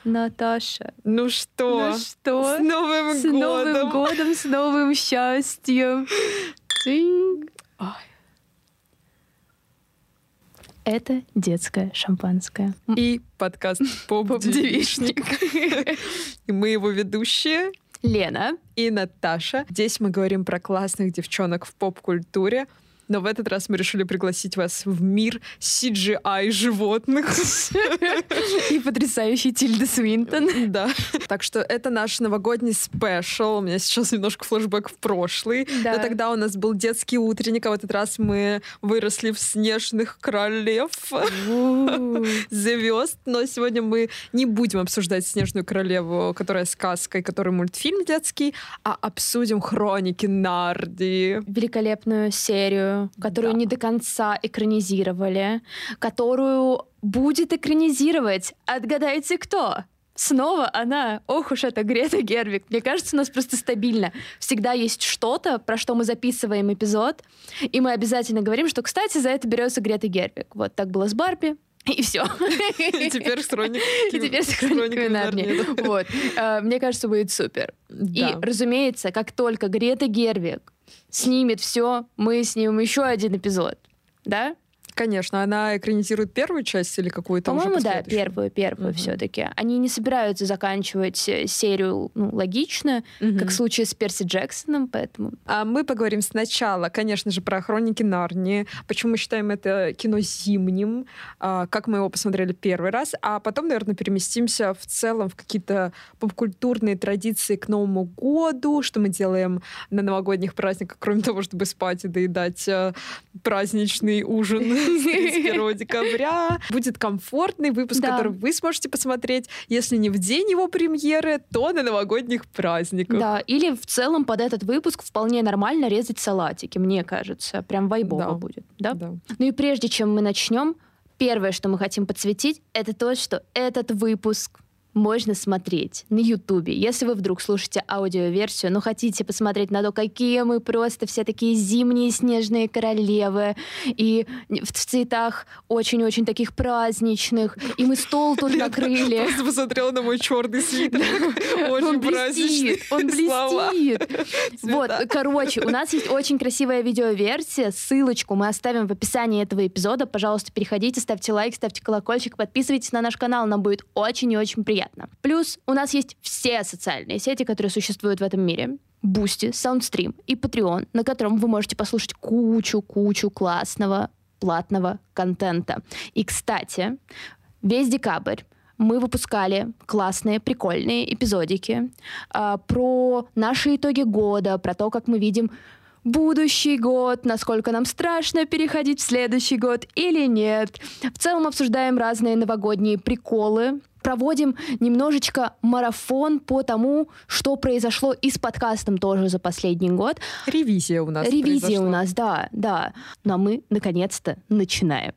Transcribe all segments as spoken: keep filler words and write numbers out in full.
Наташа. Ну что? Ну что? С Новым с годом! С Новым годом, с новым счастьем. Цинь. Ой. Это детское шампанское. И подкаст «Поп-девичник». И мы его ведущие Лена и Наташа. Здесь мы говорим про классных девчонок в поп-культуре. Но в этот раз мы решили пригласить вас в мир си джи ай-животных. И потрясающий Тильда Свинтон. Да. Так что это наш новогодний спешл. У меня сейчас немножко флешбэк в прошлый. Да. Но тогда у нас был детский утренник, а в этот раз мы выросли в снежных королев звезд. Но сегодня мы не будем обсуждать «Снежную королеву», которая сказка и который мультфильм детский, а обсудим «Хроники Нарнии». Великолепную серию, которую Да. не до конца экранизировали, которую будет экранизировать. Отгадайте, кто? Снова она. Ох уж это Грета Гервиг. Мне кажется, у нас просто стабильно. Всегда есть что-то, про что мы записываем эпизод, и мы обязательно говорим, что, кстати, за это берется Грета Гервиг. Вот так было с Барби. И все. И теперь с хрониками. И теперь с хрониками Нарнии. Вот. А, Мне кажется, будет супер. И, Да. разумеется, как только Грета Гервиг снимет все, мы снимем еще один эпизод. Да? Конечно, она экранизирует первую часть или какую-то уже По-моему, да, последующую? первую, первую Мгм. все-таки. Они не собираются заканчивать э, серию ну, логично, Мгм. как в случае с Перси Джексоном, поэтому... А мы поговорим сначала, конечно же, про «Хроники Нарнии», почему мы считаем это кино зимним, а, как мы его посмотрели первый раз, а потом, наверное, переместимся в целом в какие-то попкультурные традиции к Новому году, что мы делаем на новогодних праздниках, кроме того, чтобы спать и доедать а, праздничный ужин с тридцать первого декабря. Будет комфортный выпуск, Да. который вы сможете посмотреть, если не в день его премьеры, то на новогодних праздниках. Да, или в целом под этот выпуск вполне нормально резать салатики, мне кажется. Прям вайбово Да. будет. Да? Да. Ну и прежде чем мы начнем, первое, что мы хотим подсветить, это то, что этот выпуск можно смотреть на Ютубе. Если вы вдруг слушаете аудиоверсию, но хотите посмотреть на то, какие мы просто все такие зимние снежные королевы, и в цветах очень-очень таких праздничных, и мы стол тут накрыли. Просто посмотрела на мой черный свитер. Очень Он праздничный. блестит, он слова. блестит. Вот, Цвета. короче, у нас есть очень красивая видеоверсия. Ссылочку мы оставим в описании этого эпизода. Пожалуйста, переходите, ставьте лайк, ставьте колокольчик, подписывайтесь на наш канал, нам будет очень и очень приятно. Плюс у нас есть все социальные сети, которые существуют в этом мире. Бусти, Саундстрим и Patreon, на котором вы можете послушать кучу-кучу классного платного контента. И, кстати, весь декабрь мы выпускали классные, прикольные эпизодики а, про наши итоги года, про то, как мы видим будущий год, насколько нам страшно переходить в следующий год или нет. В целом обсуждаем разные новогодние приколы, проводим немножечко марафон по тому, что произошло и с подкастом тоже за последний год. Ревизия у нас Ревизия произошла. у нас, да, да. Ну а мы, наконец-то, начинаем.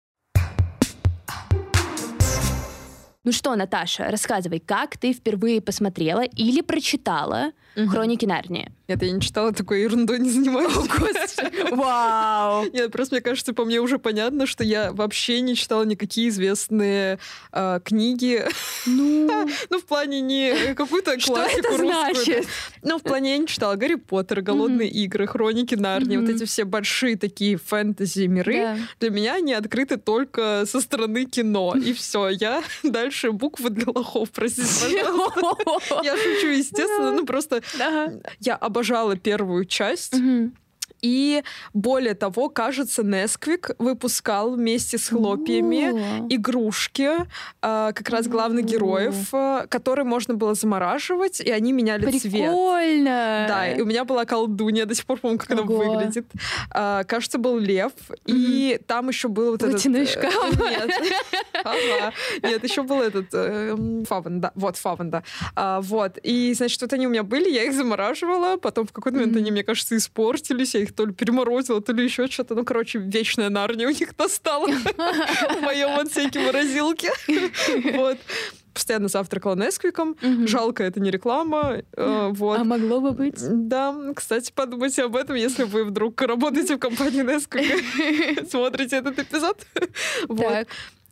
Ну что, Наташа, рассказывай, как ты впервые посмотрела или прочитала Мгм. «Хроники Нарнии»? Нет, я не читала, такой ерундой не занимаюсь. Вау! Нет, просто мне кажется, по мне уже понятно, что я вообще не читала никакие известные а, книги. Ну, Ну, в плане не какую-то что классику это русскую. значит? да. Ну, в плане я не читала «Гарри Поттер», «Голодные игры», «Хроники Нарнии», вот Мгм. эти все большие такие фэнтези-миры. Да. Для меня они открыты только со стороны кино. И все, я дальше буквы для лохов, простите, пожалуйста. Я шучу, естественно, ну просто Да. я обожала первую часть. Мгм. И более того, кажется, Несквик выпускал вместе с хлопьями О. игрушки, а, как раз главных О. героев, а, которые можно было замораживать, и они меняли цвет. Прикольно! Да, и у меня была колдунья, до сих пор помню, как она Ого. выглядит. А, кажется, был лев, и там еще был вот Платяной этот... э, шкаф. Нет, Ага. Нет, еще был этот э, фавн, да, вот фавн, да. А, вот, и, значит, вот они у меня были, я их замораживала, потом в какой-то момент Мгм. они, мне кажется, испортились, я их то ли переморозила, то ли еще что-то. Ну, короче, вечная Нарния у них настала в моем отсеке морозилки. Вот. Постоянно завтракала Несквиком. Мгм. Жалко, это не реклама. э, Вот. А могло бы быть? Да, кстати, подумайте об этом, если вы вдруг работаете в компании Nesquik, смотрите этот эпизод. Вот. Так.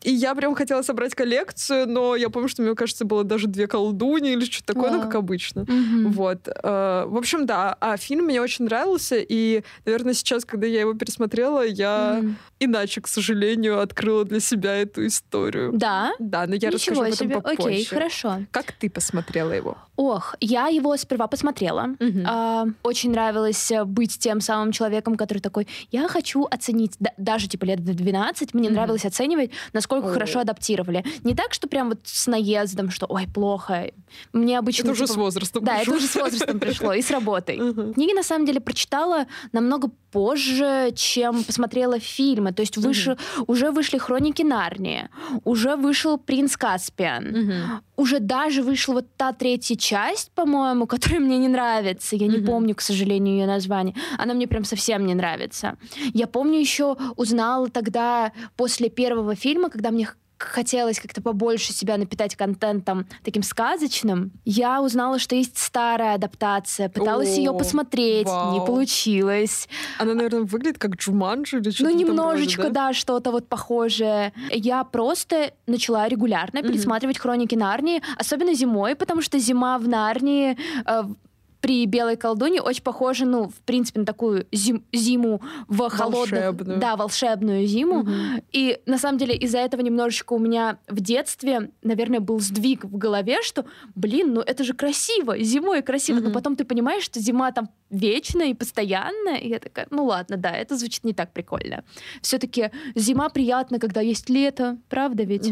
И я прям хотела собрать коллекцию, но я помню, что, мне кажется, было даже две колдуни или что-то такое, А. ну, как обычно. Мгм. Вот. Э, В общем, да. А фильм мне очень нравился, и, наверное, сейчас, когда я его пересмотрела, я Мгм. иначе, к сожалению, открыла для себя эту историю. Да? Да, но я расскажу Ничего об этом себе. попозже. Окей, хорошо. Как ты посмотрела его? Ох, я его сперва посмотрела. Мгм. А, очень нравилось э, быть тем самым человеком, который такой, я хочу оценить, да- даже типа лет в двенадцать, мне Мгм. нравилось оценивать, насколько О. хорошо адаптировали. Не так, что прям вот с наездом, что ой, плохо. Мне обычно... Это уже типа, с возрастом Да, пришло. это уже с возрастом пришло, и с работой. Мгм. Книги, на самом деле, прочитала намного позже, чем посмотрела фильмы. То есть выше, уже вышли «Хроники Нарнии», уже вышел «Принц Каспиан», Мгм. уже даже вышла вот та третья часть, по-моему, которая мне не нравится. Я не Мгм. помню, к сожалению, ее название. Она мне прям совсем не нравится. Я помню еще узнала тогда после первого фильма, когда мне х- хотелось как-то побольше себя напитать контентом таким сказочным, я узнала, что есть старая адаптация. Пыталась ее О, посмотреть, не вау. получилось. Она, наверное, выглядит как Джуманджи или что-то Ну, в этом немножечко, роде, да? да, что-то вот похожее. Я просто начала регулярно Мгм. пересматривать «Хроники Нарнии», особенно зимой, потому что зима в Нарнии э, при «Белой колдуне» очень похожа, ну, в принципе, на такую зим- зиму в холодных... Волшебную. Да, волшебную зиму. Мгм. И, на самом деле, из-за этого немножечко у меня в детстве, наверное, был сдвиг в голове, что, блин, ну это же красиво, зимой красиво, но Мгм. потом ты понимаешь, что зима там вечная и постоянная, и я такая, ну ладно, да, это звучит не так прикольно. Все-таки зима приятна, когда есть лето, правда ведь?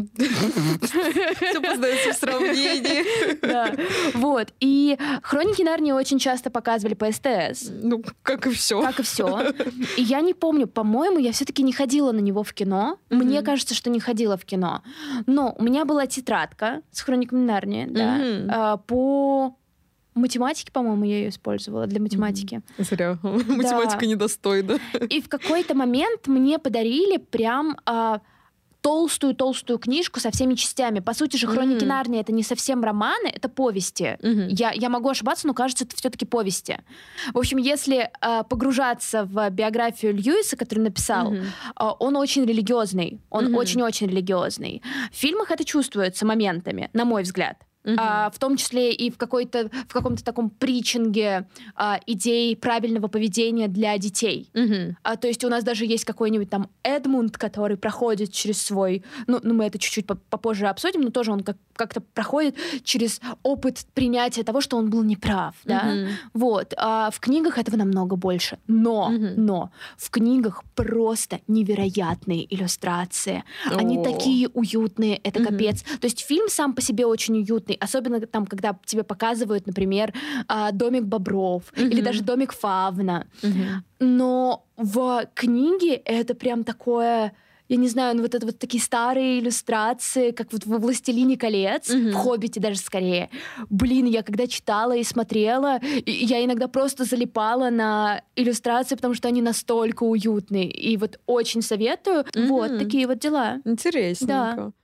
Все познается в сравнении. Да. Вот. И «Хроники Нарнии» очень часто показывали по СТС. Ну, как и все. Как и все. И я не помню, по-моему, я все-таки не ходила на него в кино. Мгм. Мне кажется, что не ходила в кино. Но у меня была тетрадка с «Хрониками Нарнии», да, Мгм. а, по математике, по-моему, я ее использовала для математики. Зря. Математика недостойна. И в какой-то момент мне подарили прям а, толстую-толстую книжку со всеми частями. По сути же, «Хроники Мгм. Нарнии» — это не совсем романы, это повести. Мгм. Я, я могу ошибаться, но кажется, это все-таки повести. В общем, если а, погружаться в биографию Льюиса, который написал, Мгм. а, он очень религиозный. Он Мгм. очень-очень религиозный. В фильмах это чувствуется моментами, на мой взгляд. Мгм. А, в том числе и в, какой-то, в каком-то таком притчинге а, идей правильного поведения для детей. Мгм. А, то есть у нас даже есть какой-нибудь там Эдмунд, который проходит через свой... Ну, ну мы это чуть-чуть по- попозже обсудим, но тоже он как- как-то проходит через опыт принятия того, что он был неправ, да? Мгм. Вот. А в книгах этого намного больше. Но, Мгм. но в книгах просто невероятные иллюстрации. Они О. такие уютные, это Мгм. капец. То есть фильм сам по себе очень уютный, особенно там, когда тебе показывают, например, а, домик бобров или Мгм. даже домик фавна. Мгм. Но в книге это прям такое, я не знаю, ну вот это вот такие старые иллюстрации, как вот во «Властелине колец», Мгм. в «Хоббите» даже скорее. Блин, я когда читала и смотрела, и- я иногда просто залипала на иллюстрации, потому что они настолько уютные. И вот очень советую. Мгм. Вот такие вот дела. Интересненько.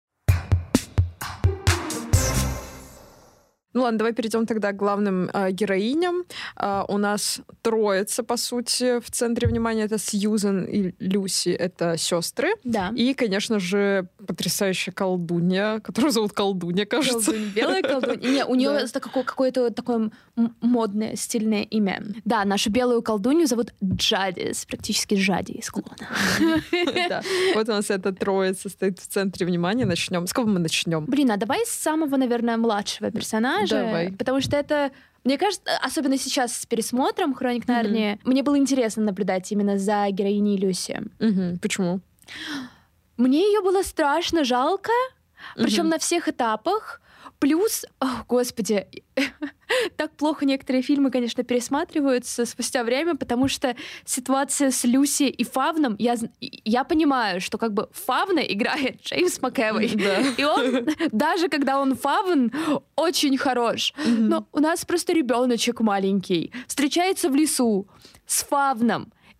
Ну ладно, давай перейдем тогда к главным э, героиням. А, у нас троица, по сути, в центре внимания. Это Сьюзен и Люси, это сестры. Да. И, конечно же, потрясающая колдунья, которую зовут Колдунья, кажется. Колдунья, белая колдунья. Не, у нее Да. какое-то такое м- модное, стильное имя. Да, нашу белую колдунью зовут Джадис, практически Жади из клона. Да. Вот у нас эта троица стоит в центре внимания. Начнем. С кого мы начнем? Блин, а давай с самого, наверное, младшего персонажа. Давай. Потому что это, мне кажется, особенно сейчас с пересмотром «Хроник Мгм. Нарнии», мне было интересно наблюдать именно за героиней Люси. Мгм. Почему? Мне ее было страшно жалко, причем Мгм. на всех этапах. Плюс, о, господи, так плохо некоторые фильмы, конечно, пересматриваются спустя время, потому что ситуация с Люси и Фавном, я, з- я понимаю, что как бы Фавна играет Джеймс МcAvoy. Да. И он, даже когда он Фавн, очень хорош. Мгм. Но у нас просто ребеночек маленький встречается в лесу с Фавном.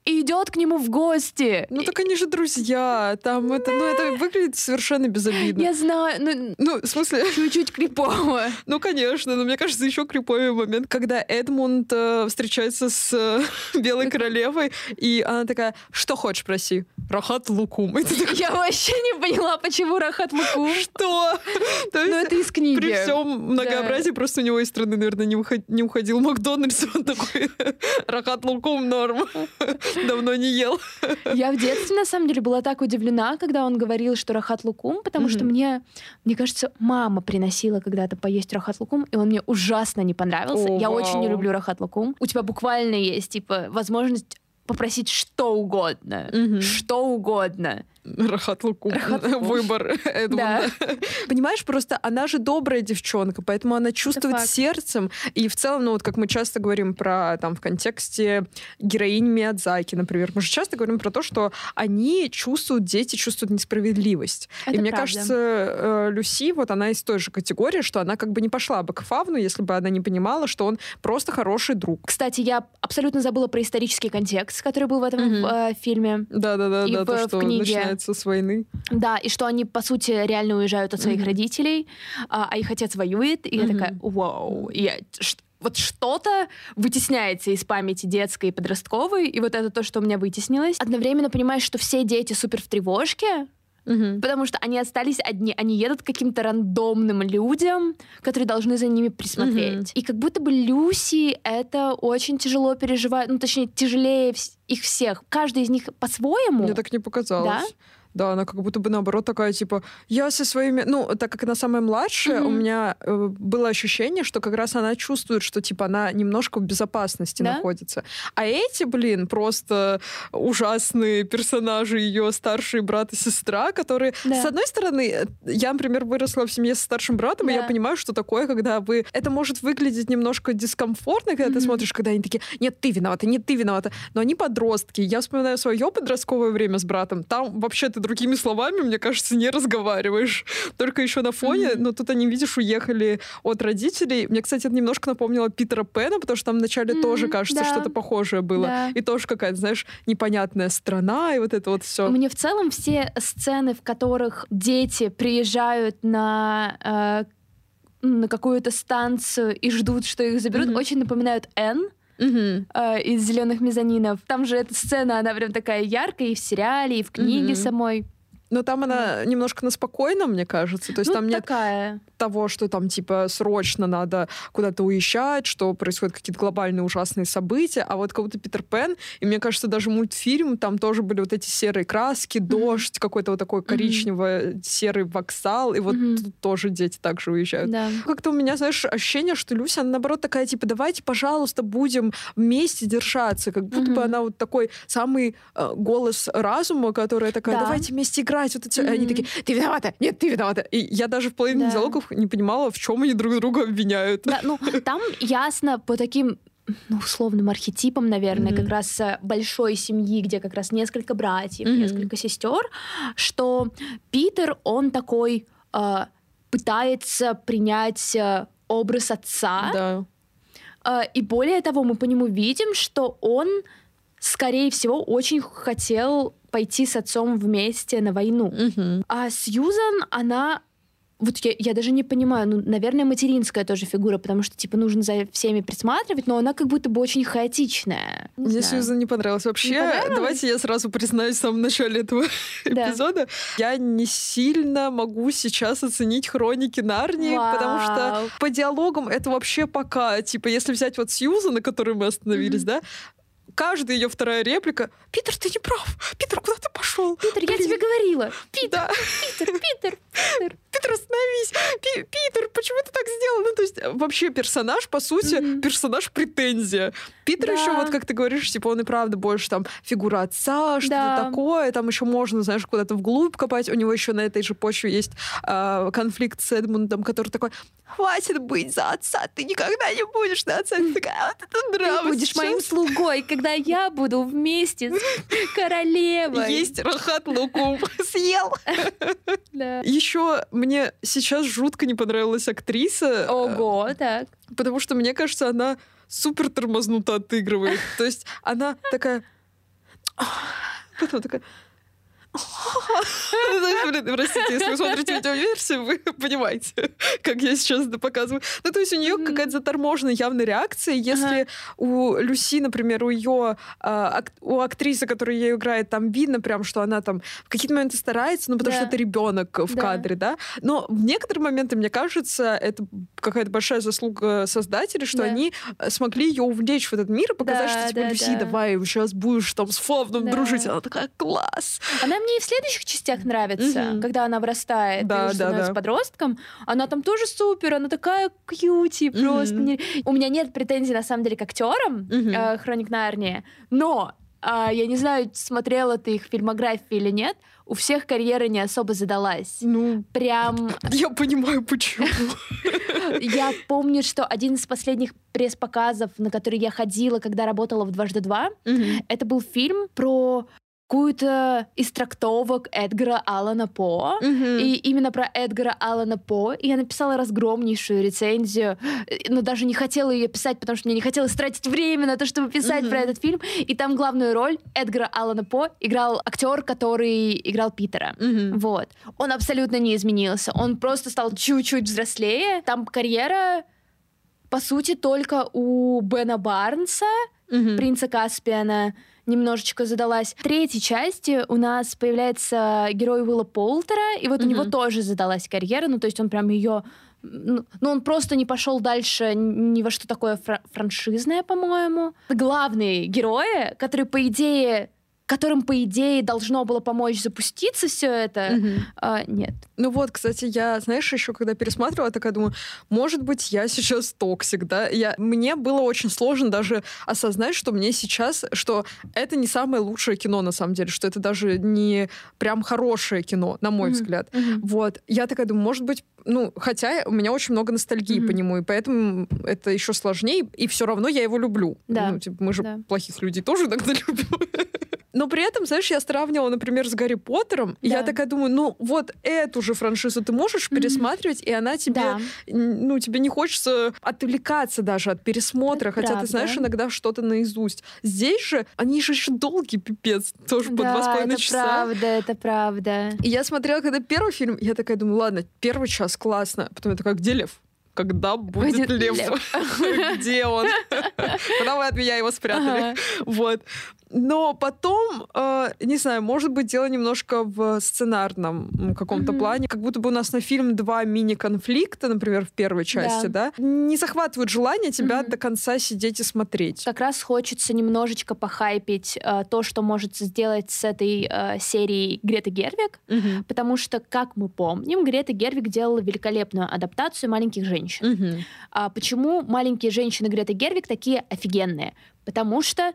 и идет к нему в гости. Ну так они же друзья. Там это, ну, это выглядит совершенно безобидно. Я знаю, ну, Ну, в смысле... чуть-чуть крипово. Ну, конечно, но мне кажется, еще криповый момент, когда Эдмунд э, встречается с э, Белой Королевой, и она такая: что хочешь, проси. Рахат лукум. И ты такой: Я вообще не поняла, почему Рахат лукум. что? То Ну, есть это из книги. при всем многообразии просто у него из страны, наверное, не, выход- не уходил Макдональдс. Он такой: рахат лукум норм. Давно не ел. Я в детстве, на самом деле, была так удивлена, когда он говорил, что рахат лукум, потому что Мгм. мне, мне кажется, мама приносила когда-то поесть рахат лукум, и он мне ужасно не понравился. О, Я очень не вау. люблю рахат лукум. У тебя буквально есть, типа, возможность попросить что угодно. Мгм. Что угодно. Рахат лукум. Рахат лукум. Выбор Эдмунда. Понимаешь, просто она же добрая девчонка, поэтому она чувствует факт. сердцем. И в целом, ну вот как мы часто говорим про, там, в контексте героинь Миядзаки, например, мы же часто говорим про то, что они чувствуют, дети чувствуют несправедливость. Это И мне правда. кажется, э, Люси, вот она из той же категории, что она как бы не пошла бы к Фавну, если бы она не понимала, что он просто хороший друг. Кстати, я абсолютно забыла про исторический контекст, который был в этом Мгм. э, фильме. Да-да-да, И да, в- то, в что книге. начинается с войны. Да, и что они, по сути, реально уезжают от своих Мгм. родителей, а, а их отец воюет, и я Мгм. такая: вау. И я, ш- вот что-то вытесняется из памяти детской и подростковой, и вот это то, что у меня вытеснилось. Одновременно понимаешь, что все дети супер в тревожке, Мгм. потому что они остались одни, они едут к каким-то рандомным людям, которые должны за ними присмотреть. Мгм. И как будто бы Люси это очень тяжело переживает, ну, точнее, тяжелее вс- их всех. Каждый из них по-своему. Мне так не показалось. Да, она как будто бы наоборот такая, типа, я со своими... Ну, так как она самая младшая, Мгм. у меня э, было ощущение, что как раз она чувствует, что, типа, она немножко в безопасности Да? находится. А эти, блин, просто ужасные персонажи, ее старший брат и сестра, которые, Да. с одной стороны, э, я, например, выросла в семье со старшим братом, и я Да. понимаю, что такое, когда вы... Это может выглядеть немножко дискомфортно, когда ты Мгм. смотришь, когда они такие: нет, ты виновата, нет, ты виновата. Но они подростки. Я вспоминаю свое подростковое время с братом. Там вообще ты другими словами, мне кажется, не разговариваешь. Только еще на фоне. Мгм. Но тут они, видишь, уехали от родителей. Мне, кстати, это немножко напомнило Питера Пэна, потому что там вначале Мгм, тоже, кажется, да. что-то похожее было. Да. И тоже какая-то, знаешь, непонятная страна, и вот это вот все. Мне в целом все сцены, в которых дети приезжают на, э, на какую-то станцию и ждут, что их заберут, Мгм. очень напоминают Энн э, из «Зеленых мезонинов». Там же эта сцена, она прям такая яркая и в сериале, и в книге Мгм. самой. Но там она немножко на спокойном, мне кажется. То есть Ну, там нет такая. того, что там, типа, срочно надо куда-то уезжать, что происходят какие-то глобальные ужасные события, а вот как будто Питер Пен, и мне кажется, даже мультфильм, там тоже были вот эти серые краски, дождь, какой-то вот такой коричнево-серый вокзал, и вот Мгм. тут тоже дети также уезжают. Да. Как-то у меня, знаешь, ощущение, что Люся, она, наоборот, такая, типа, давайте, пожалуйста, будем вместе держаться, как будто бы Мгм. она вот такой самый э, голос разума, которая такая: Да. давайте вместе играть, вот это всё. И они Мгм. такие: ты виновата, нет, ты виновата. И я даже в половине Да. диалогов не понимала, в чем они друг друга обвиняют. Да, ну, там ясно по таким, ну, условным архетипам, наверное, Мгм. как раз э, большой семьи, где как раз несколько братьев, Мгм. несколько сестер, что Питер, он такой э, пытается принять э, образ отца, Да. э, и более того, мы по нему видим, что он, скорее всего, очень хотел пойти с отцом вместе на войну. Мгм. А Сьюзан, она... Вот я, я даже не понимаю, ну, наверное, материнская тоже фигура, потому что, типа, нужно за всеми присматривать, но она как будто бы очень хаотичная. Не Мне знаю. Сьюзан не понравилось. Вообще, понравилось? давайте я сразу признаюсь в самом начале этого Да. эпизода. Я не сильно могу сейчас оценить «Хроники Нарнии», потому что Вау. по диалогам это вообще пока. Типа, если взять вот Сьюзан, на которой мы остановились, Мгм. да, каждая ее вторая реплика: «Питер, ты не прав! Питер, куда ты пошел? Питер, я Блин, тебе говорила! Питер, да. Питер, Питер, Питер. Питер, остановись! Пи- Питер, почему ты так сделал?» Ну, то есть, э, вообще персонаж, по сути, Мгм. персонаж претензия. Питер Да. еще, вот как ты говоришь, типа, он и правда больше там фигура отца, что-то Да. такое. Там еще можно, знаешь, куда-то вглубь копать. У него еще на этой же почве есть а, конфликт с Эдмундом, который такой: хватит быть за отца, ты никогда не будешь на отца. Ты такая: а вот это драма. Ты будешь сейчас. моим слугой, когда я буду вместе с королевой. Есть рахат лукум. Съел. Да. Еще мне сейчас жутко не понравилась актриса. Ого, так. Потому что, мне кажется, она супер тормознуто отыгрывает. То есть она такая: Потом такая... Простите, если вы смотрите видеоверсию, вы понимаете, как я сейчас это показываю. Ну, то есть у нее mm-hmm. какая-то заторможенная явная реакция. Если uh-huh. у Люси, например, у ее а, ак- у актрисы, которая ее играет, там видно прям, что она там в какие-то моменты старается, ну, потому yeah. что это ребенок в yeah. кадре, да. Но в некоторые моменты, мне кажется, это какая-то большая заслуга создателей, что yeah. они смогли ее увлечь в этот мир и показать, да, что типа, да, Люси, да. давай, сейчас будешь там с Фавном да. дружить. Она такая, класс! Она мне и в следующих частях нравится, mm-hmm. когда она вырастает да, и уже да, становится да. подростком. Она там тоже супер, она такая кьюти, mm-hmm. просто. Не... У меня нет претензий, на самом деле, к актерам mm-hmm. э, «Хроник Нарнии», но э, я не знаю, смотрела ты их фильмографию или нет, у всех карьера не особо задалась. Ну, прям... Я понимаю, почему. Я помню, что один из последних пресс-показов, на который я ходила, когда работала в «Дважды два», mm-hmm. это был фильм про... какую-то из трактовок Эдгара Аллана По. Mm-hmm. И именно про Эдгара Аллана По. И я написала разгромнейшую рецензию, но даже не хотела ее писать, потому что мне не хотелось тратить время на то, чтобы писать mm-hmm. про этот фильм. И там главную роль Эдгара Аллана По играл актер, который играл Питера. Mm-hmm. Вот. Он абсолютно не изменился. Он просто стал чуть-чуть взрослее. Там карьера, по сути, только у Бена Барнса, mm-hmm. принца Каспиана, немножечко задалась. В третьей части у нас появляется герой Уилла Полтера, и вот mm-hmm. у него тоже задалась карьера, ну, то есть он прям ее... Ну, он просто не пошел дальше ни во что такое фра- франшизное, по-моему. Главные герои, которые, по идее... которым, по идее, должно было помочь запуститься все это, mm-hmm. а, нет. Ну вот, кстати, я, знаешь, еще когда пересматривала, такая думаю, может быть, я сейчас токсик, да? Я, мне было очень сложно даже осознать, что мне сейчас, что это не самое лучшее кино, на самом деле, что это даже не прям хорошее кино, на мой mm-hmm. взгляд. Mm-hmm. Вот. Я такая думаю, может быть, ну, хотя у меня очень много ностальгии mm-hmm. по нему, и поэтому это еще сложнее, и все равно я его люблю. Да. Ну, типа, мы же да. плохих людей тоже иногда любим. Но при этом, знаешь, я сравнивала, например, с Гарри Поттером, да. и я такая думаю, ну вот эту же франшизу ты можешь mm-hmm. пересматривать, и она тебе, да. ну, тебе не хочется отвлекаться даже от пересмотра, это хотя правда. Ты знаешь иногда что-то наизусть. Здесь же, они же еще долгий пипец, тоже да, по два с половиной часа. Да, это правда, это правда. И я смотрела, когда первый фильм, я такая думаю, ладно, первый час классно, потом я такая, где лев? Когда будет, будет лев? лев. Где он? Куда вы от меня его спрятали? Вот. Но потом, э, не знаю, может быть, дело немножко в сценарном каком-то mm-hmm. плане. Как будто бы у нас на фильм два мини-конфликта, например, в первой части, да, да не захватывают желание тебя mm-hmm. до конца сидеть и смотреть. Как раз хочется немножечко похайпить э, то, что может сделать с этой э, серией Грета Гервиг, mm-hmm. потому что, как мы помним, Грета Гервиг делала великолепную адаптацию «Маленьких женщин». Mm-hmm. А почему «Маленькие женщины» Греты Гервиг такие офигенные? Потому что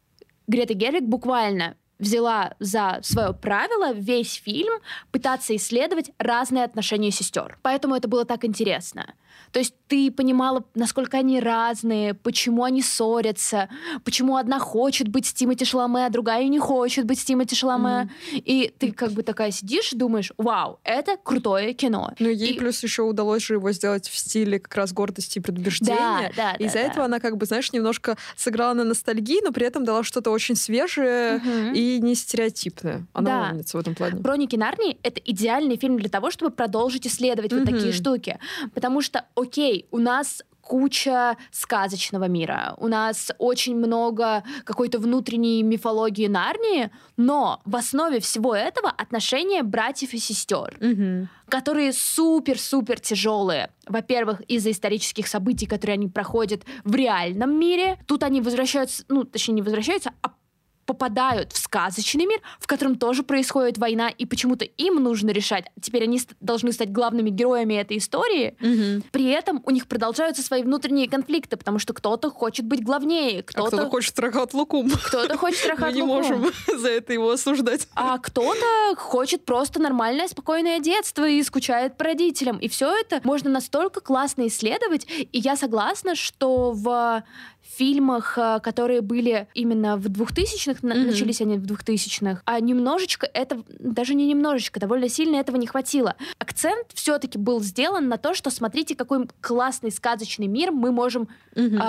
Грета Гервиг буквально взяла за свое правило весь фильм пытаться исследовать разные отношения сестер. Поэтому это было так интересно. То есть ты понимала, насколько они разные, почему они ссорятся, почему одна хочет быть с Тимоти Шаломе, а другая не хочет быть с Тимоти Шаломе. Mm-hmm. И ты как бы такая сидишь и думаешь, вау, это крутое кино. Ну ей и... плюс еще удалось же его сделать в стиле как раз гордости и предубеждения. Да, да, Из-за да, этого да. она как бы, знаешь, немножко сыграла на ностальгии, но при этом дала что-то очень свежее mm-hmm. и не стереотипное. Она да. умница в этом плане. «Хроники Нарнии» — это идеальный фильм для того, чтобы продолжить исследовать mm-hmm. вот такие штуки. Потому что, окей, у нас куча сказочного мира, у нас очень много какой-то внутренней мифологии Нарнии, но в основе всего этого отношения братьев и сестер, mm-hmm. которые супер-супер тяжелые. Во-первых, из-за исторических событий, которые они проходят в реальном мире. Тут они возвращаются, ну, точнее, не возвращаются, а попадают в сказочный мир, в котором тоже происходит война, и почему-то им нужно решать. Теперь они ст- должны стать главными героями этой истории. Mm-hmm. При этом у них продолжаются свои внутренние конфликты, потому что кто-то хочет быть главнее, кто-то... А кто-то хочет Рахат Лукум. Кто-то хочет Рахат Лукум. Мы не можем за это его осуждать. А кто-то хочет просто нормальное, спокойное детство и скучает по родителям. И все это можно настолько классно исследовать. И я согласна, что в фильмах, которые были именно в двухтысячных, mm-hmm. начались они в двухтысячных, а немножечко это, даже не немножечко, довольно сильно этого не хватило. Акцент все-таки был сделан на то, что смотрите, какой классный сказочный мир мы можем mm-hmm. а,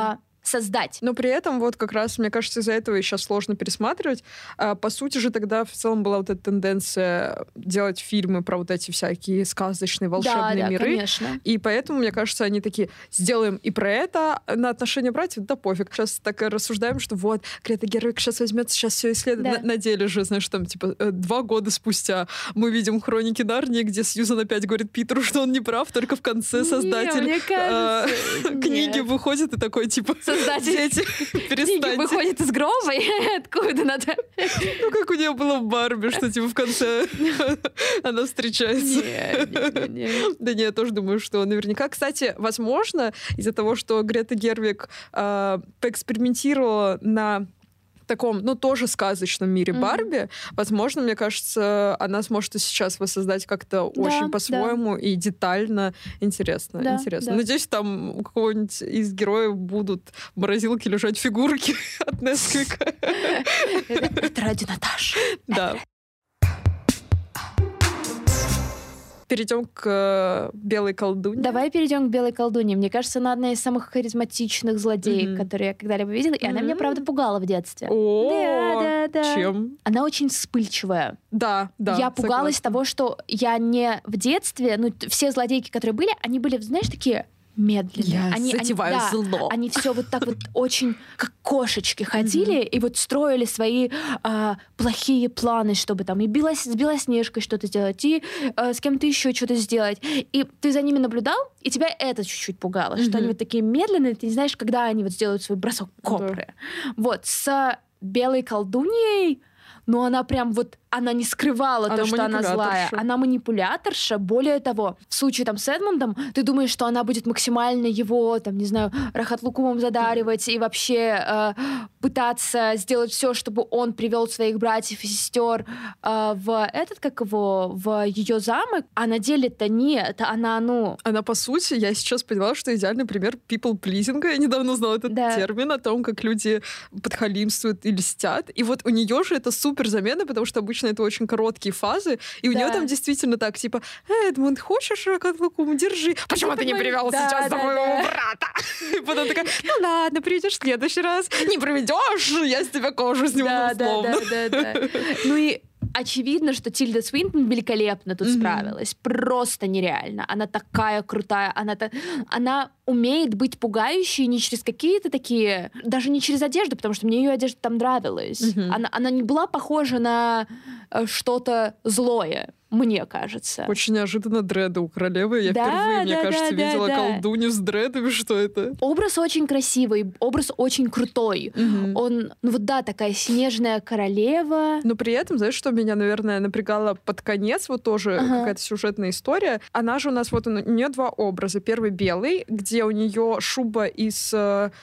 создать. Но при этом вот как раз, мне кажется, из-за этого и сейчас сложно пересматривать. А, по сути же тогда в целом была вот эта тенденция делать фильмы про вот эти всякие сказочные, волшебные да, миры. Да, конечно. И поэтому, мне кажется, они такие, сделаем и про это, на отношения братьев, да пофиг. Сейчас так рассуждаем, что вот, Грета Гервиг сейчас возьмется, сейчас все исследует. Да. На, на деле же, знаешь, там, типа, два года спустя мы видим «Хроники Нарнии», где Сьюзан опять говорит Питеру, что он не прав, только в конце создатель не, мне кажется, э, книги выходит и такой, типа, создатель дети, перестаньте. Книги выходит из гроба, и откуда надо? Ну, как у нее было в Барби, что, типа, в конце она встречается. Нет, нет, нет. Да не, я тоже думаю, что наверняка. Кстати, возможно, из-за того, что Грета Гервиг э, поэкспериментировала на таком, ну, тоже сказочном мире mm-hmm. Барби, возможно, мне кажется, она сможет и сейчас воссоздать как-то да, очень по-своему да. и детально интересно. Да, интересно. да. Надеюсь, там у какого-нибудь из героев будут в морозилке лежать фигурки от Несквика. Это ради Наташи. Да. Перейдем к белой колдуне. Давай перейдем к белой колдуне. Мне кажется, она одна из самых харизматичных злодеек, mm-hmm. которые я когда-либо видела. И mm-hmm. она меня, правда, пугала в детстве. О, да, да, да. Чем? Она очень вспыльчивая. Да, да. Я пугалась согласна. того, что я не в детстве, ну, все злодейки, которые были, они были, знаешь, такие медленные. Я они, затеваю они, зло. Да, они все вот так вот очень как кошечки ходили mm-hmm. и вот строили свои а, плохие планы, чтобы там и Белос... с Белоснежкой что-то сделать, и а, с кем-то еще что-то сделать. И ты за ними наблюдал, и тебя это чуть-чуть пугало, mm-hmm. что они вот такие медленные, ты не знаешь, когда они вот сделают свой бросок кобры. Mm-hmm. Вот, с белой колдуньей, но она прям вот, она не скрывала она то, что она злая. Она манипуляторша. Более того, в случае там с Эдмундом, ты думаешь, что она будет максимально его, там, не знаю, рахат-лукумом задаривать и вообще э, пытаться сделать все, чтобы он привел своих братьев и сестер э, в этот, как его, в ее замок. А на деле-то нет. Она, ну... Она, по сути, я сейчас поняла, что идеальный пример people-pleasing. Я недавно узнала этот да. термин о том, как люди подхалимствуют и льстят. И вот у нее же это супер заметно, потому что обычно это очень короткие фазы, и у да. нее там действительно так, типа, Эдмунд, хочешь ракат-лукум? Держи. Почему ты не привел да, сейчас да, моего да. брата? И потом такая, ну ладно, придешь в следующий раз. Не проведешь, я с тебя кожу сниму, да, условно. Да, да, да, да. Ну и очевидно, что Тильда Свинтон великолепно тут mm-hmm. справилась. Просто нереально. Она такая крутая. Она, та... она умеет быть пугающей не через какие-то такие... Даже не через одежду, потому что мне ее одежда там нравилась. Mm-hmm. Она, она не была похожа на что-то злое, мне кажется. Очень неожиданно дреды у королевы. Я да, впервые, да, мне да, кажется, да, видела да. колдунью с дредами. Что это? Образ очень красивый, образ очень крутой. Mm-hmm. Он, ну вот да, такая снежная королева. Но при этом, знаешь, что меня, наверное, напрягало под конец, вот тоже ага. какая-то сюжетная история. Она же у нас, вот у нее два образа. Первый белый, где у нее шуба из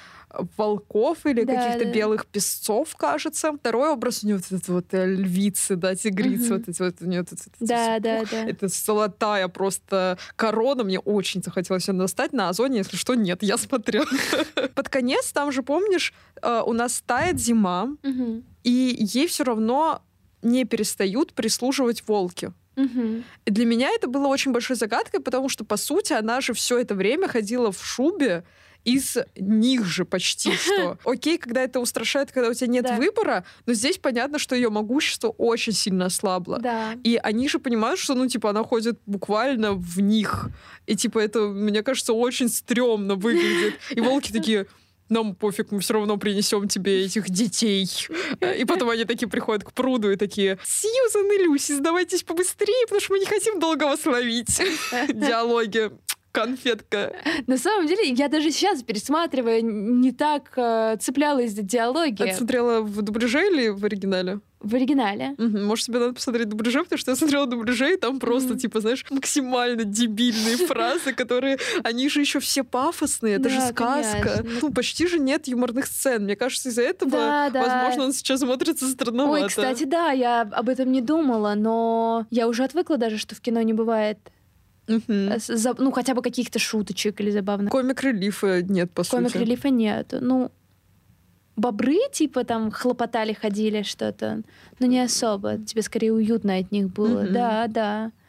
волков или да, каких-то да. белых песцов, кажется. Второй образ у нее вот этот вот львицы, да, тигрицы, угу. вот эти вот у нее тут, да, да, да. это золотая просто корона. Мне очень захотелось ее достать. На Озоне, если что, нет, я смотрела. Под конец, там же, помнишь, у нас тает зима, и ей все равно не перестают прислуживать волки. Угу. И для меня это было очень большой загадкой, потому что, по сути, она же все это время ходила в шубе из них же почти что. Окей, когда это устрашает, когда у тебя нет да. выбора, но здесь понятно, что ее могущество очень сильно ослабло. Да. И они же понимают, что, ну, типа, она ходит буквально в них. И, типа, это, мне кажется, очень стрёмно выглядит. И волки такие... Нам пофиг, мы все равно принесем тебе этих детей. И потом они такие приходят к пруду и такие: Сьюзан и Люси, сдавайтесь побыстрее, потому что мы не хотим долго вас ловить. Диалоги. Конфетка. На самом деле, я даже сейчас, пересматривая, не так э, цеплялась за диалоги. А ты смотрела в дубляже или в оригинале? В оригинале. Угу. Может, тебе надо посмотреть дубляже, потому что я смотрела дубляже, и там просто, mm-hmm. типа, знаешь, максимально дебильные фразы, которые... Они же еще все пафосные, это же сказка. Ну, почти же нет юморных сцен. Мне кажется, из-за этого, возможно, он сейчас смотрится странновато. Ой, кстати, да, я об этом не думала, но я уже отвыкла даже, что в кино не бывает... Uh-huh. Ну, хотя бы каких-то шуточек или забавных. Комик-релифа нет, по Комик сути. Комик-релифа нет. Ну, бобры, типа, там хлопотали, ходили что-то. Ну, не особо. Тебе скорее уютно от них было. Uh-huh. Да, да.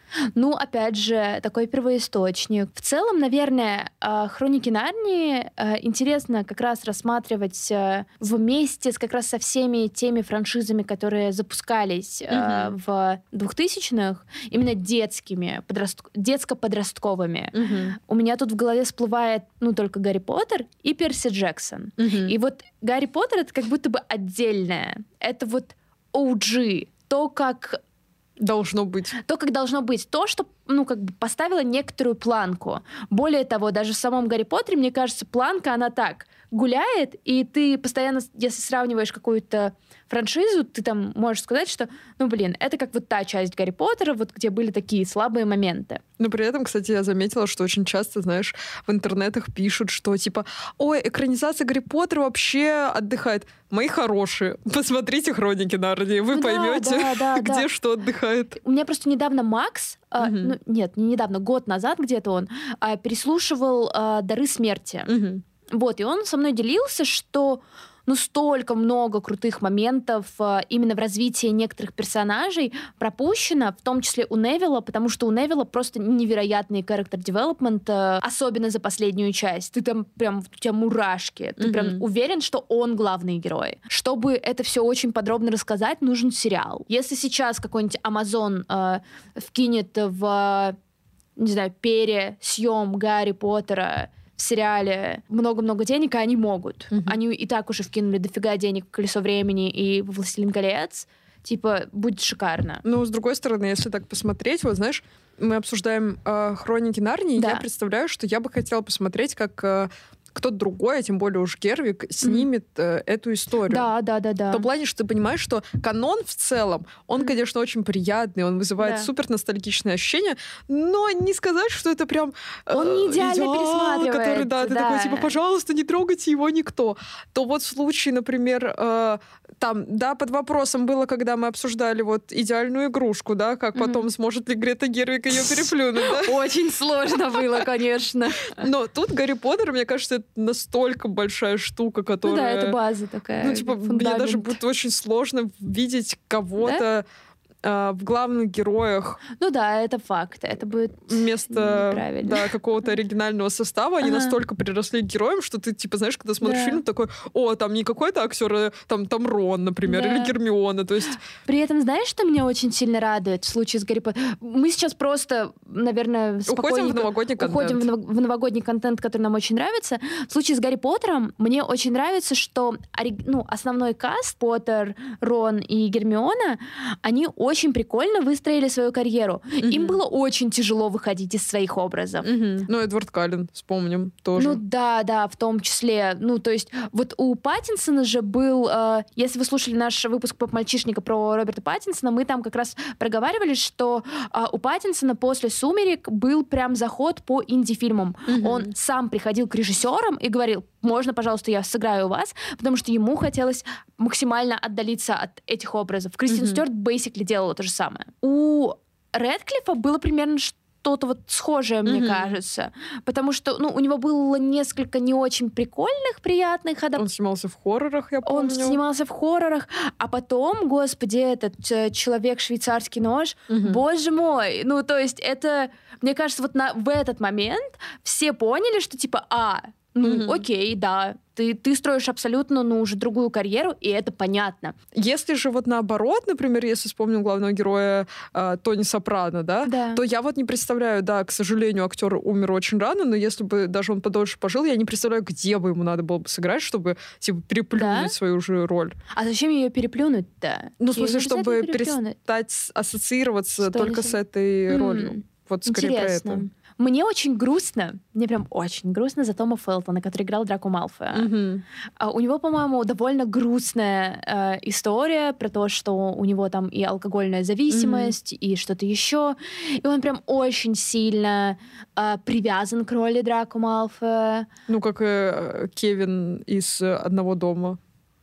Ну, опять же, такой первоисточник. В целом, наверное, «Хроники Нарнии» интересно как раз рассматривать вместе с как раз со всеми теми франшизами, которые запускались mm-hmm. в двухтысячных, именно детскими, подраст... детско-подростковыми. Mm-hmm. У меня тут в голове всплывает, ну, только Гарри Поттер и Перси Джексон. Mm-hmm. И вот Гарри Поттер — это как будто бы отдельное. Это вот о джи, то, как должно быть. То, как должно быть. То, что, ну, как бы поставило некоторую планку. Более того, даже в самом Гарри Поттере, мне кажется, планка, она так гуляет, и ты постоянно, если сравниваешь какую-то франшизу, ты там можешь сказать, что, ну, блин, это как вот та часть Гарри Поттера, вот где были такие слабые моменты. Но при этом, кстати, я заметила, что очень часто, знаешь, в интернетах пишут, что типа, ой, экранизация Гарри Поттера вообще отдыхает. Мои хорошие, посмотрите «Хроники Нарнии», вы ну, поймете, да, да, да, где да. что отдыхает. У меня просто недавно Макс, угу. э, ну, нет, не недавно, год назад где-то он, э, переслушивал э, «Дары смерти». Угу. Вот, и он со мной делился, что ну, столько много крутых моментов э, именно в развитии некоторых персонажей пропущено, в том числе у Невилла, потому что у Невилла просто невероятный character-development, э, особенно за последнюю часть. Ты там прям, у тебя мурашки, ты mm-hmm. прям уверен, что он главный герой. Чтобы это все очень подробно рассказать, нужен сериал. Если сейчас какой-нибудь Amazon э, вкинет в, не знаю, пересъем Гарри Поттера в сериале много-много денег, и они могут. Mm-hmm. Они и так уже вкинули дофига денег в «Колесо времени» и в «Властелин колец». Типа, будет шикарно. Ну, с другой стороны, если так посмотреть, вот знаешь, мы обсуждаем э, «Хроники Нарнии», да. Я представляю, что я бы хотела посмотреть, как э, кто-то другой, а тем более уж Гервиг, снимет mm-hmm. э, эту историю. Да, да, да, да. В том плане, что ты понимаешь, что канон в целом, он, mm-hmm. конечно, очень приятный, он вызывает да. супер ностальгичные ощущения, но не сказать, что это прям э, он не идеально идеал, пересматривается. Который, да, ты да. такой, типа, пожалуйста, не трогайте его никто. То вот в случае, например, э, там, да, под вопросом было, когда мы обсуждали вот идеальную игрушку, да, как mm-hmm. потом сможет ли Грета Гервиг ее переплюнуть, да? Очень сложно было, конечно. Но тут Гарри Поттер, мне кажется, это настолько большая штука, которая... Ну да, это база такая. Ну, типа, фундамент. Мне даже будет очень сложно видеть кого-то да? э, в главных героях. Ну да, это факт. Это будет вместо да, какого-то оригинального состава. Они ага. настолько приросли к героям, что ты, типа, знаешь, когда смотришь да. фильм, такой, о, там не какой-то актер, там, там Рон, например, да. или Гермиона. То есть... При этом, знаешь, что меня очень сильно радует в случае с Гарри Поттером? Мы сейчас просто, наверное, уходим в новогодний контент. Уходим в новогодний контент, который нам очень нравится. В случае с Гарри Поттером мне очень нравится, что ну, основной каст, Поттер, Рон и Гермиона, они очень прикольно выстроили свою карьеру. Mm-hmm. Им было очень тяжело выходить из своих образов. Mm-hmm. Ну, Эдвард Каллен, вспомним, тоже. Ну, да, да, в том числе. Ну, то есть, вот у Паттинсона же был... Э, если вы слушали наш выпуск «Поп-мальчишника» про Роберта Паттинсона, мы там как раз проговаривали, что э, у Паттинсона после «Сумерек» был прям заход по инди-фильмам. Mm-hmm. Он сам приходил к режиссерам и говорил, можно, пожалуйста, я сыграю у вас, потому что ему хотелось максимально отдалиться от этих образов. Кристин mm-hmm. Стюарт basically делала то же самое. У Рэдклиффа было примерно что-то вот схожее, мне mm-hmm. кажется. Потому что, ну, у него было несколько не очень прикольных, приятных адаптаций. Он снимался в хоррорах, я помню. Он снимался в хоррорах, а потом, господи, этот э, человек швейцарский нож, mm-hmm. боже мой, ну, то есть это, мне кажется, вот на, в этот момент все поняли, что типа, а, ну, mm-hmm. окей, да, ты, ты строишь абсолютно, ну, уже другую карьеру, и это понятно. Если же вот наоборот, например, если вспомним главного героя э, Тони Сопрано, да, да, то я вот не представляю, да, к сожалению, актер умер очень рано, но если бы даже он подольше пожил, я не представляю, где бы ему надо было бы сыграть, чтобы, типа, переплюнуть да? свою же роль. А зачем ее переплюнуть-то? Ну, в смысле, чтобы перестать ассоциироваться Что только с этой mm. ролью. Вот скорее Интересно. Про это. Мне очень грустно, мне прям очень грустно за Тома Фелтона, который играл Драко Малфоя. Mm-hmm. Uh, у него, по-моему, довольно грустная uh, история про то, что у него там и алкогольная зависимость, mm-hmm. и что-то еще. И он прям очень сильно uh, привязан к роли Драко Малфоя. Ну, как и Кевин из «Одного дома».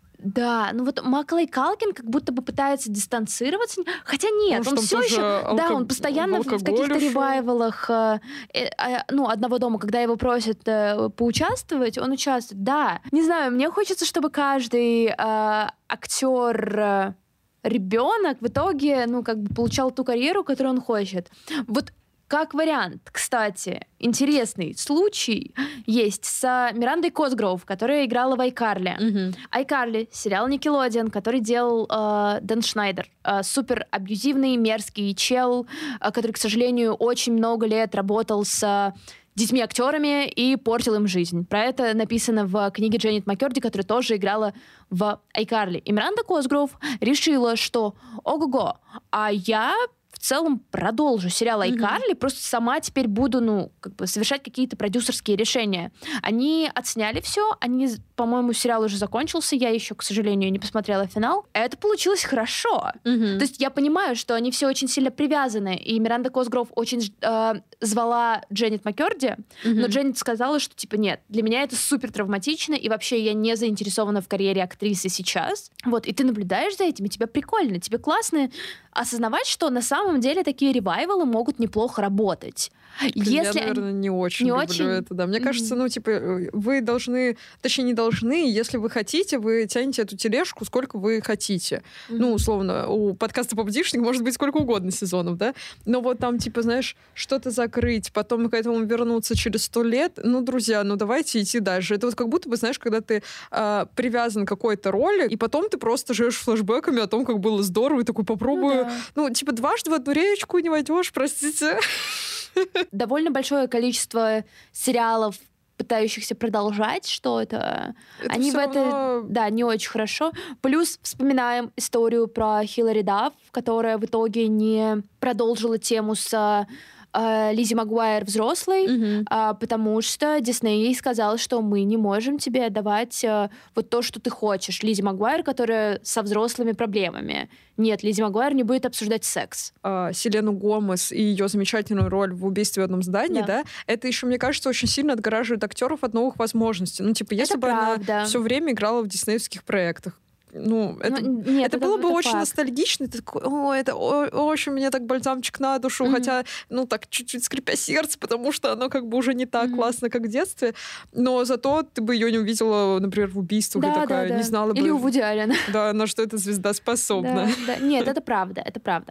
Да, ну вот Маколей Калкин как будто бы пытается дистанцироваться, хотя нет, Может, он все еще, алко... да, он постоянно в, в каких-то ревайвалах, э, э, ну, «Одного дома», когда его просят э, поучаствовать, он участвует, да. Не знаю, мне хочется, чтобы каждый э, актер, э, ребенок в итоге, ну, как бы получал ту карьеру, которую он хочет. Вот как вариант, кстати, интересный случай есть с Мирандой Косгроув, которая играла в iCarly. Мгм. iCarly — сериал Nickelodeon, который делал э, Дэн Шнайдер. Э, супер абьюзивный, мерзкий чел, э, который, к сожалению, очень много лет работал с детьми-актерами и портил им жизнь. Про это написано в книге Дженнет Маккерди, которая тоже играла в iCarly. И Миранда Косгроув решила, что ого-го, а я в целом продолжу сериал iCarly, просто сама теперь буду, ну, как бы совершать какие-то продюсерские решения. Они отсняли все, они, по-моему, сериал уже закончился, я еще, к сожалению, не посмотрела финал. Это получилось хорошо. Мгм. То есть я понимаю, что они все очень сильно привязаны, и Миранда Косгроув очень э, звала Дженнет Маккерди, Мгм. но Дженнет сказала, что, типа, нет, для меня это супер травматично, и вообще я не заинтересована в карьере актрисы сейчас. Вот, и ты наблюдаешь за этим, и тебе прикольно, тебе классно осознавать, что на самом деле такие ревайвалы могут неплохо работать. Блин, я, Если они- наверное, не очень Не люблю очень? это, да. Мне Мгм. кажется, ну, типа, э, вы должны, точнее, не должны, если вы хотите, вы тянете эту тележку, сколько вы хотите. Ну, условно, у подкаста «Попдишник» может быть сколько угодно сезонов, да? Но вот там, типа, знаешь, что-то закрыть, потом к этому вернуться через сто лет, ну, друзья, ну, давайте идти дальше. Это вот как будто бы, знаешь, когда ты а, привязан к какой-то роли, и потом ты просто живешь флешбэками о том, как было здорово, и такой, попробую, Ну ну, да. типа, дважды в одну речку не войдешь, простите. Довольно большое количество сериалов, пытающихся продолжать что-то, Это они в всё это, равно- да, не очень хорошо. Плюс вспоминаем историю про Хилари Дафф, которая в итоге не продолжила тему с э, Лиззи Магуайр взрослой, Мгм. а, потому что Дисней ей сказал, что мы не можем тебе давать э, вот то, что ты хочешь. Лиззи Магуайр, которая со взрослыми проблемами. Нет, Лиззи Магуайр не будет обсуждать секс. а, Селену Гомес и ее замечательную роль в «Убийстве в одном здании», Да. да, это еще, мне кажется, очень сильно отгораживает актеров от новых возможностей. Ну, типа, если Это бы правда. она все время играла в диснеевских проектах, ну, это, Ну, нет, это было бы это очень факт. ностальгично. Ты такой, о, это о- очень мне так бальзамчик на душу, Мгм. хотя, ну, так чуть-чуть скрипя сердце, потому что оно как бы уже не так Мгм. классно, как в детстве. Но зато ты бы ее не увидела, например, в «Убийствах», и Да, такая, да, да. не знала бы, Или у Вуди Аллена. да, на что эта звезда способна. Да, да. Нет, это правда, это правда.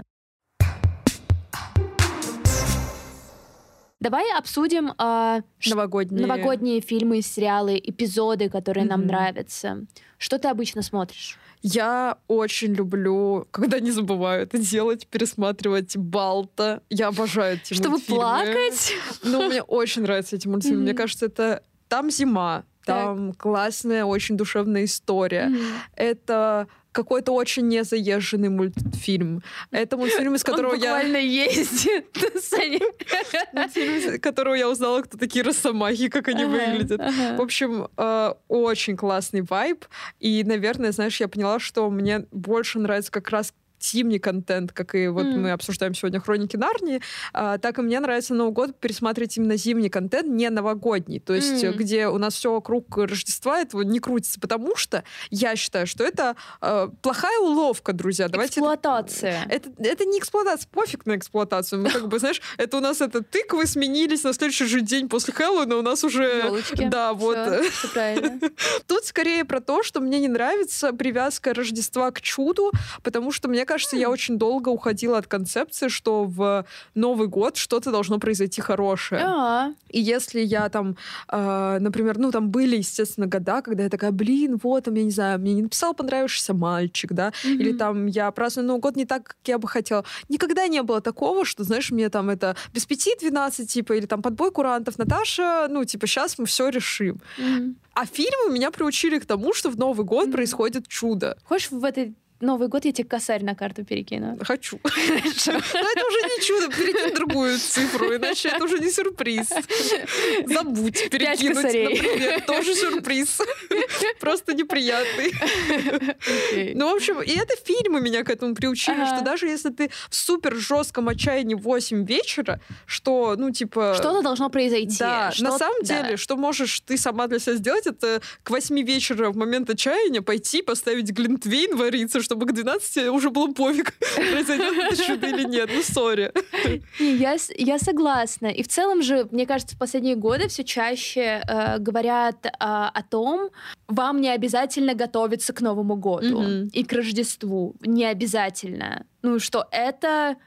Давай обсудим а, ш- Новогодние. новогодние фильмы, сериалы, эпизоды, которые нам Мгм. нравятся. Что ты обычно смотришь? Я очень люблю, когда не забываю это делать, пересматривать «Балта». Я обожаю эти Чтобы мультфильмы. плакать? Ну, мне очень нравятся эти мультфильмы. Мне Мгм. кажется, это... Там зима, там классная, очень душевная история. Мгм. Это какой-то очень незаезженный мультфильм. Это мультфильм, из которого Он я... буквально ездит, Саня. Мультфильм, из которого я узнала, кто такие росомахи, как они Ага, выглядят. ага. В общем, э, очень классный вайб. И, наверное, знаешь, я поняла, что мне больше нравится как раз зимний контент, как и вот Мгм. мы обсуждаем сегодня «Хроники Нарнии», а, так и мне нравится Новый год пересматривать именно зимний контент, не новогодний. То есть, М. где у нас все вокруг Рождества, этого не крутится. Потому что я считаю, что это э, плохая уловка, друзья. Давайте это- Эксплуатация. это, это не эксплуатация, пофиг на эксплуатацию. Мы как бы, знаешь, это у нас это тыквы сменились на следующий же день после Хэллоуина, у нас уже... Ёлочки. Да, вот. Всё, всё правильно. Тут скорее про то, что мне не нравится привязка Рождества к чуду, потому что, мне кажется, я очень долго уходила от концепции, что в Новый год что-то должно произойти хорошее. А, И если я там, э, например, ну там были, естественно, года, когда я такая, блин, вот, там, я не знаю, мне не написал понравившийся мальчик, да, или мгм. там я праздную Новый год не так, как я бы хотела. Никогда не было такого, что, знаешь, мне там это без пяти двенадцать, типа, или там подбой курантов, Наташа, ну, типа, сейчас мы все решим. Мгм. А фильмы меня приучили к тому, что в Новый год Мгм. происходит чудо. Хочешь, в этот Новый год я тебе косарь на карту перекину? Хочу. Но это уже не чудо, перекинь другую цифру, иначе это уже не сюрприз. Забудь перекинуть, косарей. например, тоже сюрприз. Просто неприятный. Окей. Ну, в общем, и это фильмы меня к этому приучили, Ага. что даже если ты в супер жестком отчаянии в восемь вечера, что, ну, типа... Что-то должно произойти. Да, Что- на самом да. деле, что можешь ты сама для себя сделать, это к восьми вечера в момент отчаяния пойти, поставить глинтвейн вариться, чтобы к двенадцати уже было пофиг, произойдет это чудо или нет. Ну, сори. Я, я согласна. И в целом же, мне кажется, в последние годы все чаще э, говорят э, о том, вам не обязательно готовиться к Новому году mm-hmm. и к Рождеству. Не обязательно. Ну, что это,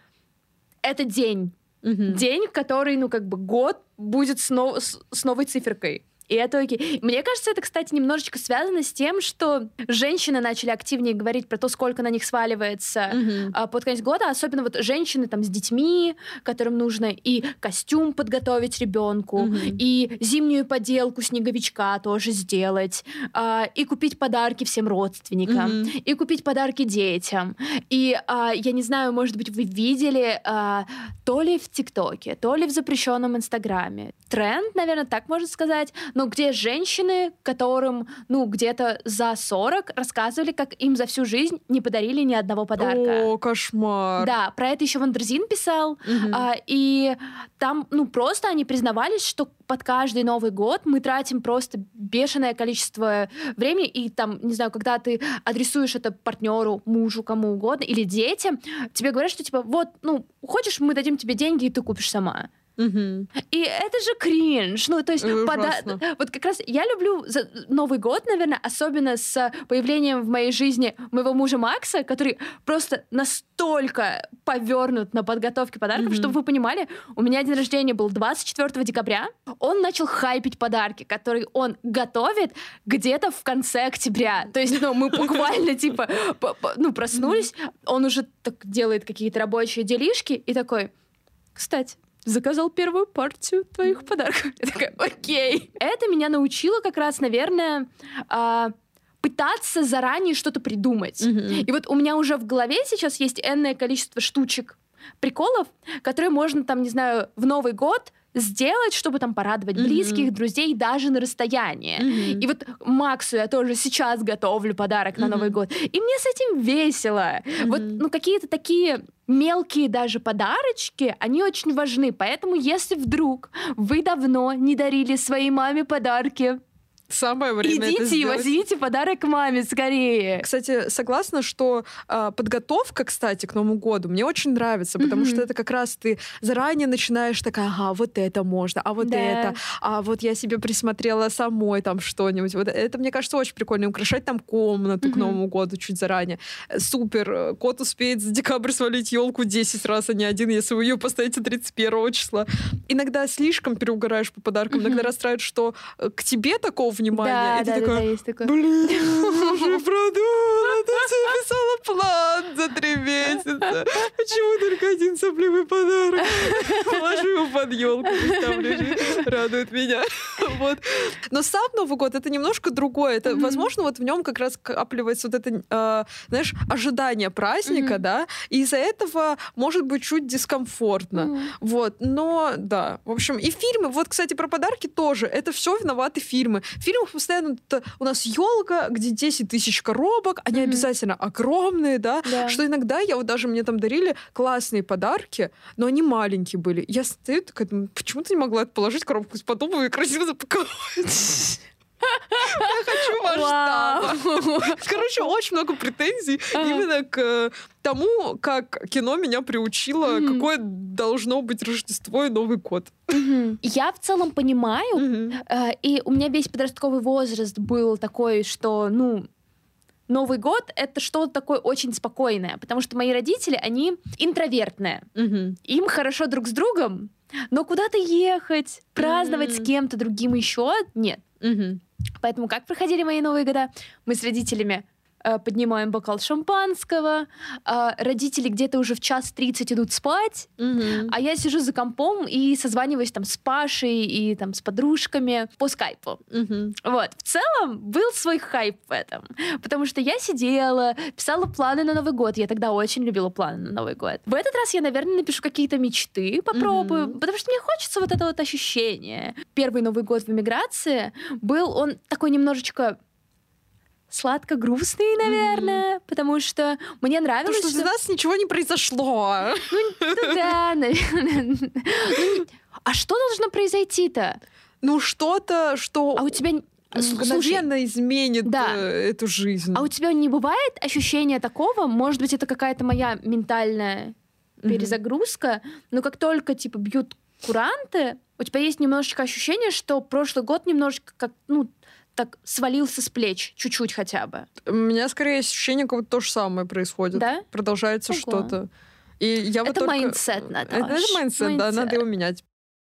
это день. Mm-hmm. День, в который, ну, как бы год будет с, нов- с, с новой циферкой. И это окей. Мне кажется, это, кстати, немножечко связано с тем, что женщины начали активнее говорить про то, сколько на них сваливается mm-hmm. а, под конец года. Особенно вот женщины там с детьми, которым нужно и костюм подготовить ребенку, mm-hmm. и зимнюю поделку снеговичка тоже сделать, а, и купить подарки всем родственникам, mm-hmm. и купить подарки детям. И а, я не знаю, может быть, вы видели а, то ли в ТикТоке, то ли в запрещенном Инстаграме. Тренд, наверное, так можно сказать, ну, где женщины, которым, ну, где-то за сорок, рассказывали, как им за всю жизнь не подарили ни одного подарка. О, кошмар. Да, про это еще Вандерзин писал, угу. а, и там, ну, просто они признавались, что под каждый Новый год мы тратим просто бешеное количество времени, и там, не знаю, когда ты адресуешь это партнеру, мужу, кому угодно, или детям, тебе говорят, что, типа, вот, ну, хочешь, мы дадим тебе деньги, и ты купишь сама. Угу. И это же кринж. Ну, то есть, пода... вот как раз я люблю за... Новый год, наверное, особенно с появлением в моей жизни моего мужа Макса, который просто настолько повернут на подготовке подарков, mm-hmm. чтобы вы понимали, у меня день рождения был двадцать четвёртого декабря, он начал хайпить подарки, которые он готовит где-то в конце октября. То есть, ну, мы буквально, типа, ну, проснулись, он уже так делает какие-то рабочие делишки и такой, кстати, заказал первую партию твоих подарков. Я такая, окей. Это меня научило как раз, наверное, а, пытаться заранее что-то придумать. Mm-hmm. И вот у меня уже в голове сейчас есть энное количество штучек, приколов, которые можно там, не знаю, в Новый год сделать, чтобы там порадовать mm-hmm. близких, друзей, даже на расстоянии. Mm-hmm. И вот Максу я тоже сейчас готовлю подарок mm-hmm. на Новый год. И мне с этим весело. Mm-hmm. Вот, ну, какие-то такие мелкие даже подарочки, они очень важны. Поэтому, если вдруг вы давно не дарили своей маме подарки, самое время идите это сделать. И возьмите подарок маме скорее. Кстати, согласна, что э, подготовка, кстати, к Новому году мне очень нравится, потому mm-hmm. что это как раз ты заранее начинаешь такая, ага, вот это можно, а вот да. это, а вот я себе присмотрела самой там что-нибудь. Вот это, мне кажется, очень прикольно. Украшать там комнату mm-hmm. к Новому году чуть заранее. Супер. Кот успеет за декабрь свалить елку десять раз, а не один, если вы ее поставите тридцать первого числа. Иногда слишком переугараешь по подаркам, mm-hmm. иногда расстраивает, что к тебе такого внимание. Да, и ты да, такая, да, есть такое. Блин, уже продумала, ты записала план за три месяца. Почему только один сопливый подарок? Положу его под елку, пусть там лежит, радует меня. Вот. Но сам Новый год — это немножко другое. Это, mm-hmm. возможно, вот в нем как раз капливается вот это, э, знаешь, ожидание праздника, mm-hmm. да, и из-за этого может быть чуть дискомфортно. Mm-hmm. Вот. Но, да, в общем, и фильмы, вот, кстати, про подарки тоже, это все виноваты фильмы. В фильмах постоянно у нас елка, где десять тысяч коробок, они mm-hmm. обязательно огромные, да? да, что иногда я вот даже мне там дарили классные подарки, но они маленькие были. Я стою такая, думаю, почему ты не могла это положить коробку из-под обуви и красиво запаковать? Я хочу масштаба. Короче, очень много претензий именно к тому, как кино меня приучило, mm-hmm. какое должно быть Рождество и Новый год. Mm-hmm. Я в целом понимаю, mm-hmm. э, и у меня весь подростковый возраст был такой, что, ну, Новый год — это что-то такое очень спокойное, потому что мои родители, они интровертные. Mm-hmm. Им хорошо друг с другом, но куда-то ехать, праздновать mm-hmm. с кем-то другим еще нет. Mm-hmm. Поэтому как проходили мои Новые года? Мы с родителями э, поднимаем бокал шампанского, э, родители где-то уже в час тридцать идут спать, mm-hmm. а я сижу за компом и созваниваюсь там с Пашей и там с подружками по скайпу. Mm-hmm. Вот. В целом был свой хайп в этом, потому что я сидела, писала планы на Новый год. Я тогда очень любила планы на Новый год. В этот раз я, наверное, напишу какие-то мечты, попробую, mm-hmm. потому что мне хочется вот это вот ощущение. Первый Новый год в эмиграции был, он такой немножечко сладко-грустный, наверное, mm-hmm. потому что мне нравилось... Потому что, что... у нас ничего не произошло. Ну, да, наверное. А что должно произойти-то? Ну, что-то, что... А у тебя... мгновенно изменит да. эту жизнь. А у тебя не бывает ощущения такого? Может быть, это какая-то моя ментальная перезагрузка, mm-hmm. но как только типа бьют куранты, у тебя есть немножечко ощущение, что прошлый год немножечко как, ну, так свалился с плеч, чуть-чуть хотя бы. У меня скорее ощущение, как будто то же самое происходит. Да? Продолжается Ого. Что-то. И я это вот только... майндсет, Наташа. Это, это майндсет, да, надо его менять.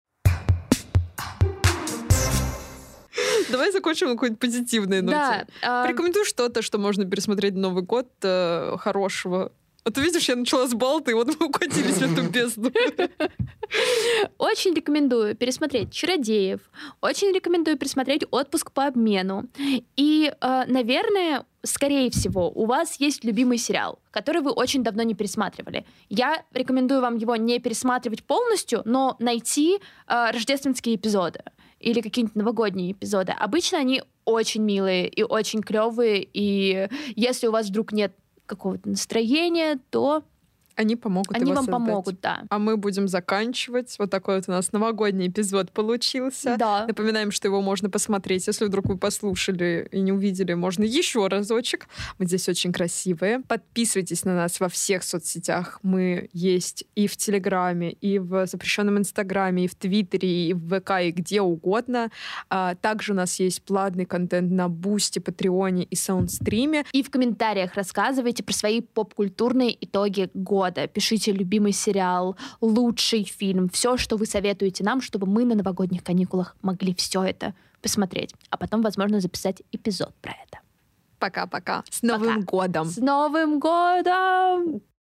Давай закончим на какой-нибудь позитивной ноте. Да. Порекомендуй а... что-то, что можно пересмотреть Новый год э, хорошего. А ты видишь, я начала с балта, и вот мы укатились в эту бездну. Очень рекомендую пересмотреть «Чародеев». Очень рекомендую пересмотреть «Отпуск по обмену». И, э, наверное, скорее всего, у вас есть любимый сериал, который вы очень давно не пересматривали. Я рекомендую вам его не пересматривать полностью, но найти э, рождественские эпизоды или какие-нибудь новогодние эпизоды. Обычно они очень милые и очень клевые, и если у вас вдруг нет какого-то настроения, то они помогут Они его вам создать. помогут, да. А мы будем заканчивать. Вот такой вот у нас новогодний эпизод получился. Да. Напоминаем, что его можно посмотреть. Если вдруг вы послушали и не увидели, можно еще разочек. Мы здесь очень красивые. Подписывайтесь на нас во всех соцсетях. Мы есть и в Телеграме, и в запрещенном Инстаграме, и в Твиттере, и в ВК, и где угодно. А, также у нас есть платный контент на Бусти, Патреоне и Саундстриме. И в комментариях рассказывайте про свои поп-культурные итоги года. Пишите любимый сериал, лучший фильм, все, что вы советуете нам, чтобы мы на новогодних каникулах могли все это посмотреть, а потом, возможно, записать эпизод про это. Пока-пока. С Новым Пока. годом! С Новым годом!